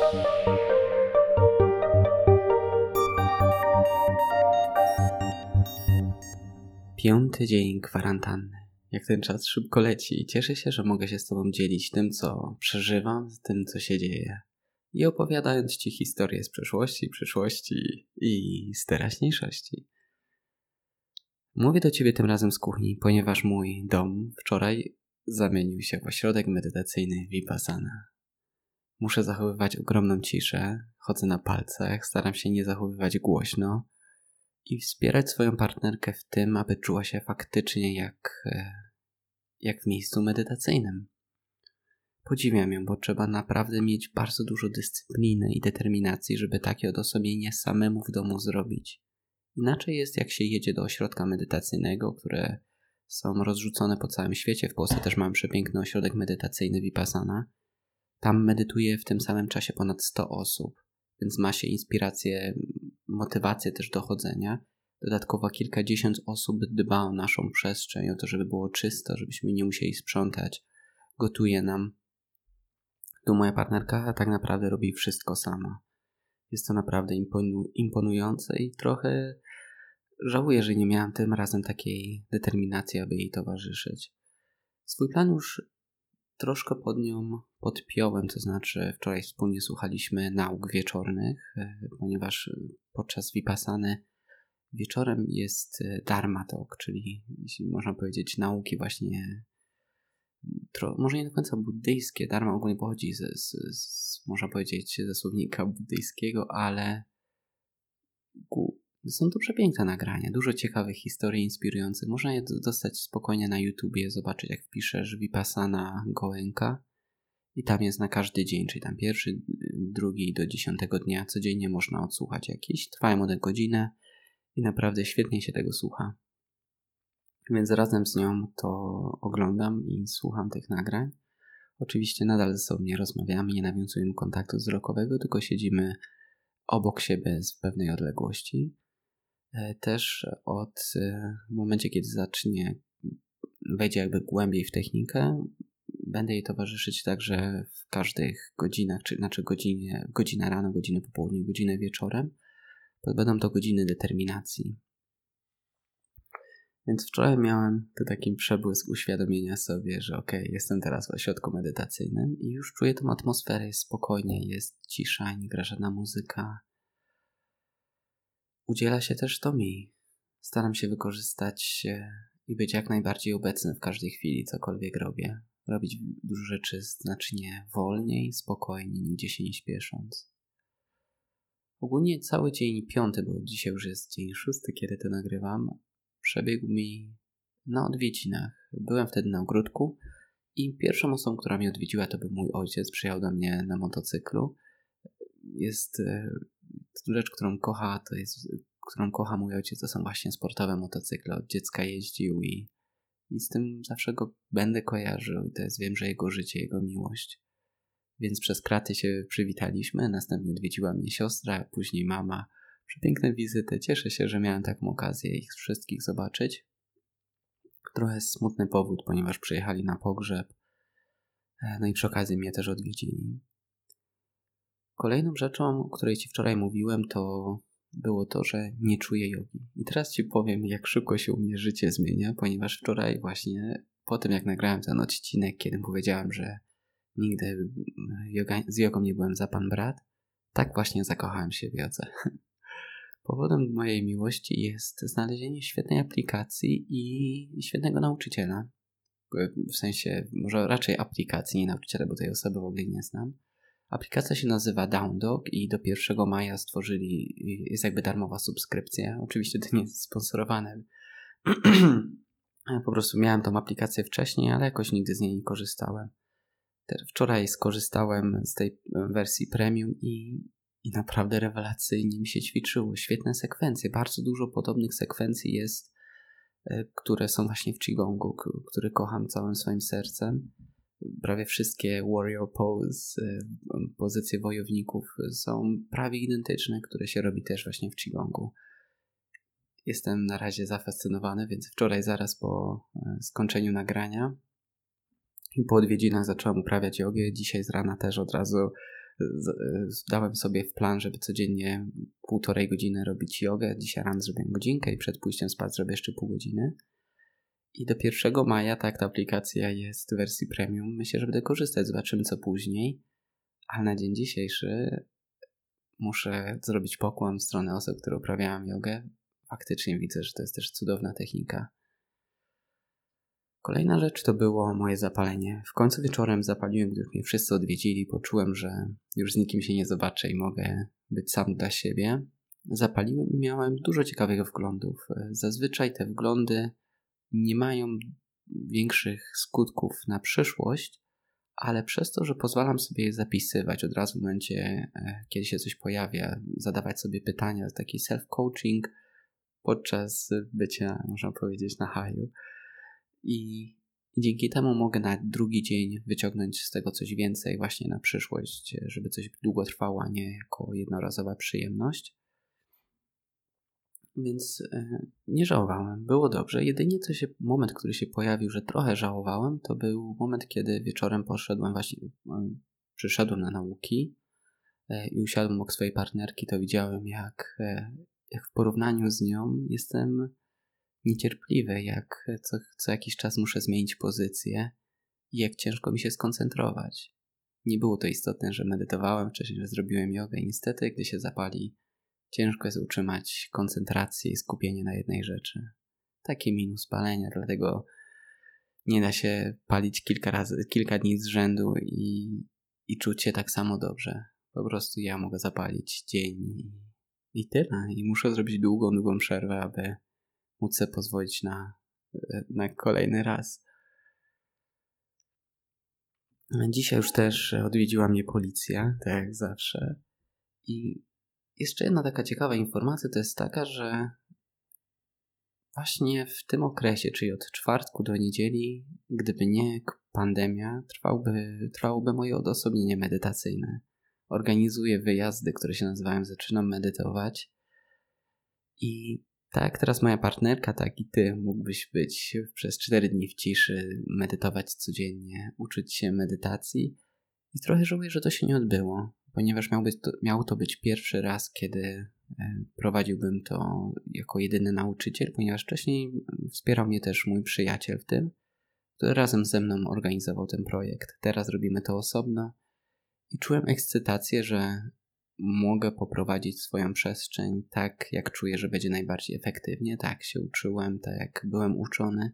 Piąty dzień kwarantanny. Jak ten czas szybko leci i cieszę się, że mogę się z Tobą dzielić tym, co przeżywam, z tym, co się dzieje. I opowiadając Ci historie z przeszłości, przyszłości i z teraźniejszości. Mówię do Ciebie tym razem z kuchni, ponieważ mój dom wczoraj zamienił się w ośrodek medytacyjny Vipassana. Muszę zachowywać ogromną ciszę, chodzę na palcach, staram się nie zachowywać głośno i wspierać swoją partnerkę w tym, aby czuła się faktycznie jak w miejscu medytacyjnym. Podziwiam ją, bo trzeba naprawdę mieć bardzo dużo dyscypliny i determinacji, żeby takie odosobnienie samemu w domu zrobić. Inaczej jest, jak się jedzie do ośrodka medytacyjnego, które są rozrzucone po całym świecie. W Polsce też mamy przepiękny ośrodek medytacyjny Vipassana. Tam medytuje w tym samym czasie ponad 100 osób, więc ma się inspirację, motywację też do chodzenia. Dodatkowo kilkadziesiąt osób dba o naszą przestrzeń, o to, żeby było czysto, żebyśmy nie musieli sprzątać. Gotuje nam. Tu moja partnerka tak naprawdę robi wszystko sama. Jest to naprawdę imponujące i trochę żałuję, że nie miałem tym razem takiej determinacji, aby jej towarzyszyć. Swój plan już troszkę pod nią podpiąłem, to znaczy wczoraj wspólnie słuchaliśmy nauk wieczornych, ponieważ podczas Vipassany wieczorem jest Dharma Talk, czyli jeśli można powiedzieć nauki właśnie może nie do końca buddyjskie. Dharma ogólnie pochodzi można powiedzieć ze słownika buddyjskiego, ale są to przepiękne nagrania, dużo ciekawych historii inspirujących. Można je dostać spokojnie na YouTubie, zobaczyć jak wpiszesz Vipassana Goenka i tam jest na każdy dzień, czyli tam 1., 2. do 10 dnia codziennie można odsłuchać jakieś. Trwają one godzinę i naprawdę świetnie się tego słucha. Więc razem z nią to oglądam i słucham tych nagrań. Oczywiście nadal ze sobą nie rozmawiamy, nie nawiązujemy kontaktu wzrokowego, tylko siedzimy obok siebie w pewnej odległości. Też w momencie, kiedy wejdzie jakby głębiej w technikę, będę jej towarzyszyć także w każdych godzinach, godzinę rano, godzinę po południu, godzinę wieczorem. Będą to godziny determinacji. Więc wczoraj miałem tu taki przebłysk uświadomienia sobie, że jestem teraz w ośrodku medytacyjnym i już czuję tą atmosferę, jest spokojnie, jest cisza, nie gra żadna muzyka. Udziela się też to mi. Staram się wykorzystać i być jak najbardziej obecny w każdej chwili, cokolwiek robię. Robić dużo rzeczy znacznie wolniej, spokojnie, nigdzie się nie śpiesząc. Ogólnie cały dzień 5, bo dzisiaj już jest dzień 6, kiedy to nagrywam, przebiegł mi na odwiedzinach. Byłem wtedy na ogródku i pierwszą osobą, która mnie odwiedziła, to był mój ojciec. Przyjechał do mnie na motocyklu. Jest rzecz, którą kocha mój ojciec, to są właśnie sportowe motocykle. Od dziecka jeździł i z tym zawsze go będę kojarzył. I to jest, wiem, że jego życie, jego miłość. Więc przez kraty się przywitaliśmy. Następnie odwiedziła mnie siostra, później mama. Przepiękne wizyty. Cieszę się, że miałem taką okazję ich wszystkich zobaczyć. Trochę smutny powód, ponieważ przyjechali na pogrzeb. No i przy okazji mnie też odwiedzili. Kolejną rzeczą, o której Ci wczoraj mówiłem, to było to, że nie czuję jogi. I teraz Ci powiem, jak szybko się u mnie życie zmienia, ponieważ wczoraj właśnie po tym, jak nagrałem ten odcinek, kiedy powiedziałem, że nigdy z jogą nie byłem za pan brat, tak właśnie zakochałem się w jodze. Powodem mojej miłości jest znalezienie świetnej aplikacji i świetnego nauczyciela. W sensie, może raczej aplikacji, nie nauczyciela, bo tej osoby w ogóle nie znam. Aplikacja się nazywa Down Dog i do 1 maja jest jakby darmowa subskrypcja. Oczywiście to nie jest sponsorowane. Po prostu miałem tą aplikację wcześniej, ale jakoś nigdy z niej nie korzystałem. Wczoraj skorzystałem z tej wersji premium i naprawdę rewelacyjnie mi się ćwiczyło. Świetne sekwencje. Bardzo dużo podobnych sekwencji jest, które są właśnie w Qigongu, który kocham całym swoim sercem. Prawie wszystkie warrior pose, pozycje wojowników są prawie identyczne, które się robi też właśnie w Qigongu. Jestem na razie zafascynowany, więc wczoraj zaraz po skończeniu nagrania i po odwiedzinach zacząłem uprawiać jogę. Dzisiaj z rana też od razu Dałem sobie w plan, żeby codziennie 1,5 godziny robić jogę. Dzisiaj rano zrobiłem godzinkę i przed pójściem spać zrobię jeszcze pół godziny. I do 1 maja, tak, ta aplikacja jest w wersji premium. Myślę, że będę korzystać, zobaczymy co później. Ale na dzień dzisiejszy muszę zrobić pokłon w stronę osób, które uprawiają jogę. Faktycznie widzę, że to jest też cudowna technika. Kolejna rzecz to było moje zapalenie. W końcu wieczorem zapaliłem, gdy już mnie wszyscy odwiedzili. Poczułem, że już z nikim się nie zobaczę i mogę być sam dla siebie. Zapaliłem i miałem dużo ciekawych wglądów. Zazwyczaj te wglądy nie mają większych skutków na przyszłość, ale przez to, że pozwalam sobie je zapisywać od razu w momencie, kiedy się coś pojawia, zadawać sobie pytania, taki self-coaching podczas bycia, można powiedzieć, na haju. I dzięki temu mogę na drugi dzień wyciągnąć z tego coś więcej właśnie na przyszłość, żeby coś długo trwało, a nie jako jednorazowa przyjemność. Więc nie żałowałem, było dobrze. Jedynie moment, który się pojawił, że trochę żałowałem, to był moment, kiedy wieczorem przyszedłem na nauki i usiadłem obok swojej partnerki, to widziałem jak w porównaniu z nią jestem niecierpliwy, jak co jakiś czas muszę zmienić pozycję i jak ciężko mi się skoncentrować. Nie było to istotne, że medytowałem wcześniej, że zrobiłem jogę i niestety, gdy się zapali, ciężko jest utrzymać koncentrację i skupienie na jednej rzeczy. Taki minus palenia, dlatego nie da się palić kilka dni z rzędu i czuć się tak samo dobrze. Po prostu ja mogę zapalić dzień i tyle. I muszę zrobić długą przerwę, aby móc sobie pozwolić na kolejny raz. Dzisiaj już też odwiedziła mnie policja, tak jak zawsze. I jeszcze jedna taka ciekawa informacja to jest taka, że właśnie w tym okresie, czyli od czwartku do niedzieli, gdyby nie pandemia, trwałoby moje odosobnienie medytacyjne. Organizuję wyjazdy, które się nazywają Zaczynam medytować. I tak jak teraz moja partnerka, tak i ty mógłbyś być przez 4 dni w ciszy, medytować codziennie, uczyć się medytacji. I trochę żałuję, że to się nie odbyło, ponieważ miał to być pierwszy raz, kiedy prowadziłbym to jako jedyny nauczyciel, ponieważ wcześniej wspierał mnie też mój przyjaciel w tym, który razem ze mną organizował ten projekt. Teraz robimy to osobno i czułem ekscytację, że mogę poprowadzić swoją przestrzeń tak, jak czuję, że będzie najbardziej efektywnie. Tak się uczyłem, tak jak byłem uczony.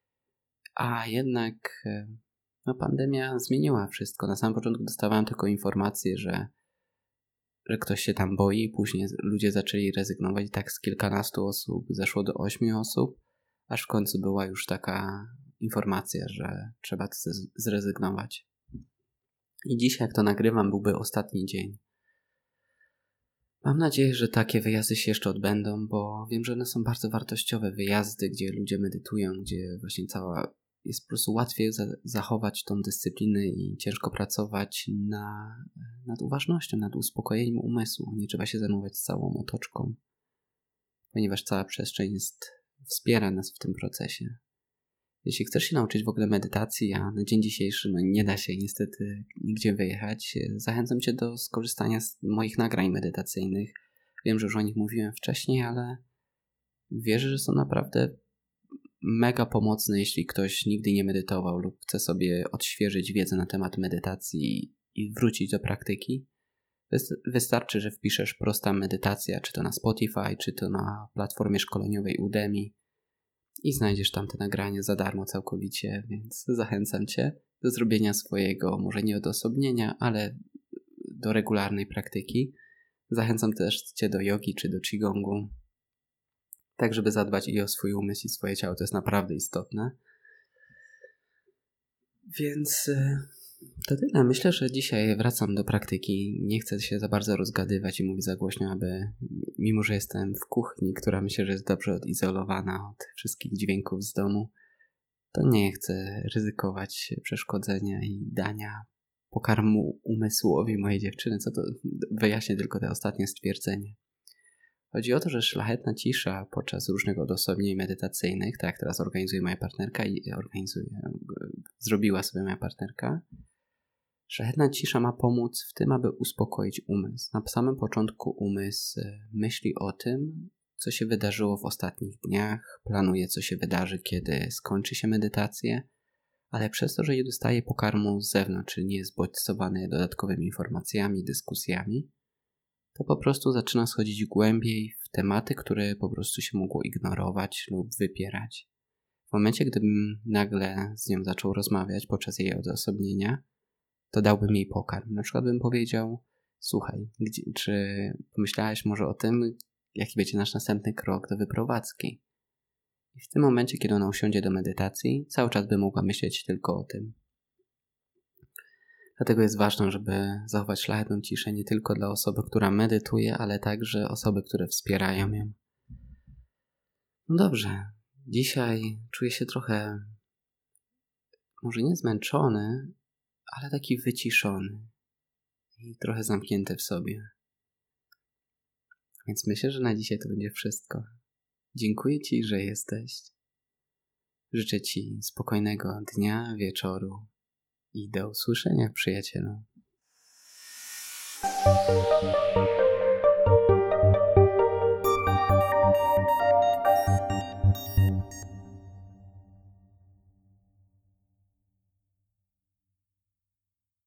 A jednak pandemia zmieniła wszystko. Na samym początku dostawałem tylko informację, że ktoś się tam boi. Później ludzie zaczęli rezygnować. I tak z kilkunastu osób zeszło do 8 osób, aż w końcu była już taka informacja, że trzeba zrezygnować. I dzisiaj, jak to nagrywam, byłby ostatni dzień. Mam nadzieję, że takie wyjazdy się jeszcze odbędą, bo wiem, że one są bardzo wartościowe wyjazdy, gdzie ludzie medytują, gdzie właśnie jest po prostu łatwiej zachować tą dyscyplinę i ciężko pracować nad uważnością, nad uspokojeniem umysłu. Nie trzeba się zajmować całą otoczką, ponieważ cała przestrzeń wspiera nas w tym procesie. Jeśli chcesz się nauczyć w ogóle medytacji, a na dzień dzisiejszy nie da się niestety nigdzie wyjechać, zachęcam cię do skorzystania z moich nagrań medytacyjnych. Wiem, że już o nich mówiłem wcześniej, ale wierzę, że są naprawdę mega pomocne, jeśli ktoś nigdy nie medytował lub chce sobie odświeżyć wiedzę na temat medytacji i wrócić do praktyki. Wystarczy, że wpiszesz prosta medytacja, czy to na Spotify, czy to na platformie szkoleniowej Udemy i znajdziesz tam te nagrania za darmo całkowicie, więc zachęcam cię do zrobienia swojego, może nie odosobnienia, ale do regularnej praktyki. Zachęcam też cię do jogi czy do qigongu, tak żeby zadbać i o swój umysł i swoje ciało. To jest naprawdę istotne. Więc to tyle. Myślę, że dzisiaj wracam do praktyki. Nie chcę się za bardzo rozgadywać i mówić za głośno, mimo że jestem w kuchni, która myślę, że jest dobrze odizolowana od wszystkich dźwięków z domu, to nie chcę ryzykować przeszkodzenia i dania pokarmu umysłowi mojej dziewczyny. Co to wyjaśnię tylko te ostatnie stwierdzenie. Chodzi o to, że szlachetna cisza podczas różnych odosobnień medytacyjnych, tak jak teraz organizuje moja partnerka zrobiła sobie moja partnerka, Szlachetna cisza ma pomóc w tym, aby uspokoić umysł. Na samym początku umysł myśli o tym, co się wydarzyło w ostatnich dniach, planuje, co się wydarzy, kiedy skończy się medytację, ale przez to, że nie dostaje pokarmu z zewnątrz, czyli nie jest bodźcowany dodatkowymi informacjami, dyskusjami, to po prostu zaczyna schodzić głębiej w tematy, które po prostu się mogło ignorować lub wypierać. W momencie, gdybym nagle z nią zaczął rozmawiać podczas jej odosobnienia, to dałbym jej pokarm. Na przykład bym powiedział: słuchaj, czy pomyślałeś może o tym, jaki będzie nasz następny krok do wyprowadzki? I w tym momencie, kiedy ona usiądzie do medytacji, cały czas by mogła myśleć tylko o tym. Dlatego jest ważne, żeby zachować szlachetną ciszę nie tylko dla osoby, która medytuje, ale także osoby, które wspierają ją. No dobrze, dzisiaj czuję się trochę, może nie zmęczony, ale taki wyciszony i trochę zamknięty w sobie. Więc myślę, że na dzisiaj to będzie wszystko. Dziękuję Ci, że jesteś. Życzę Ci spokojnego dnia, wieczoru i do usłyszenia, przyjacielu.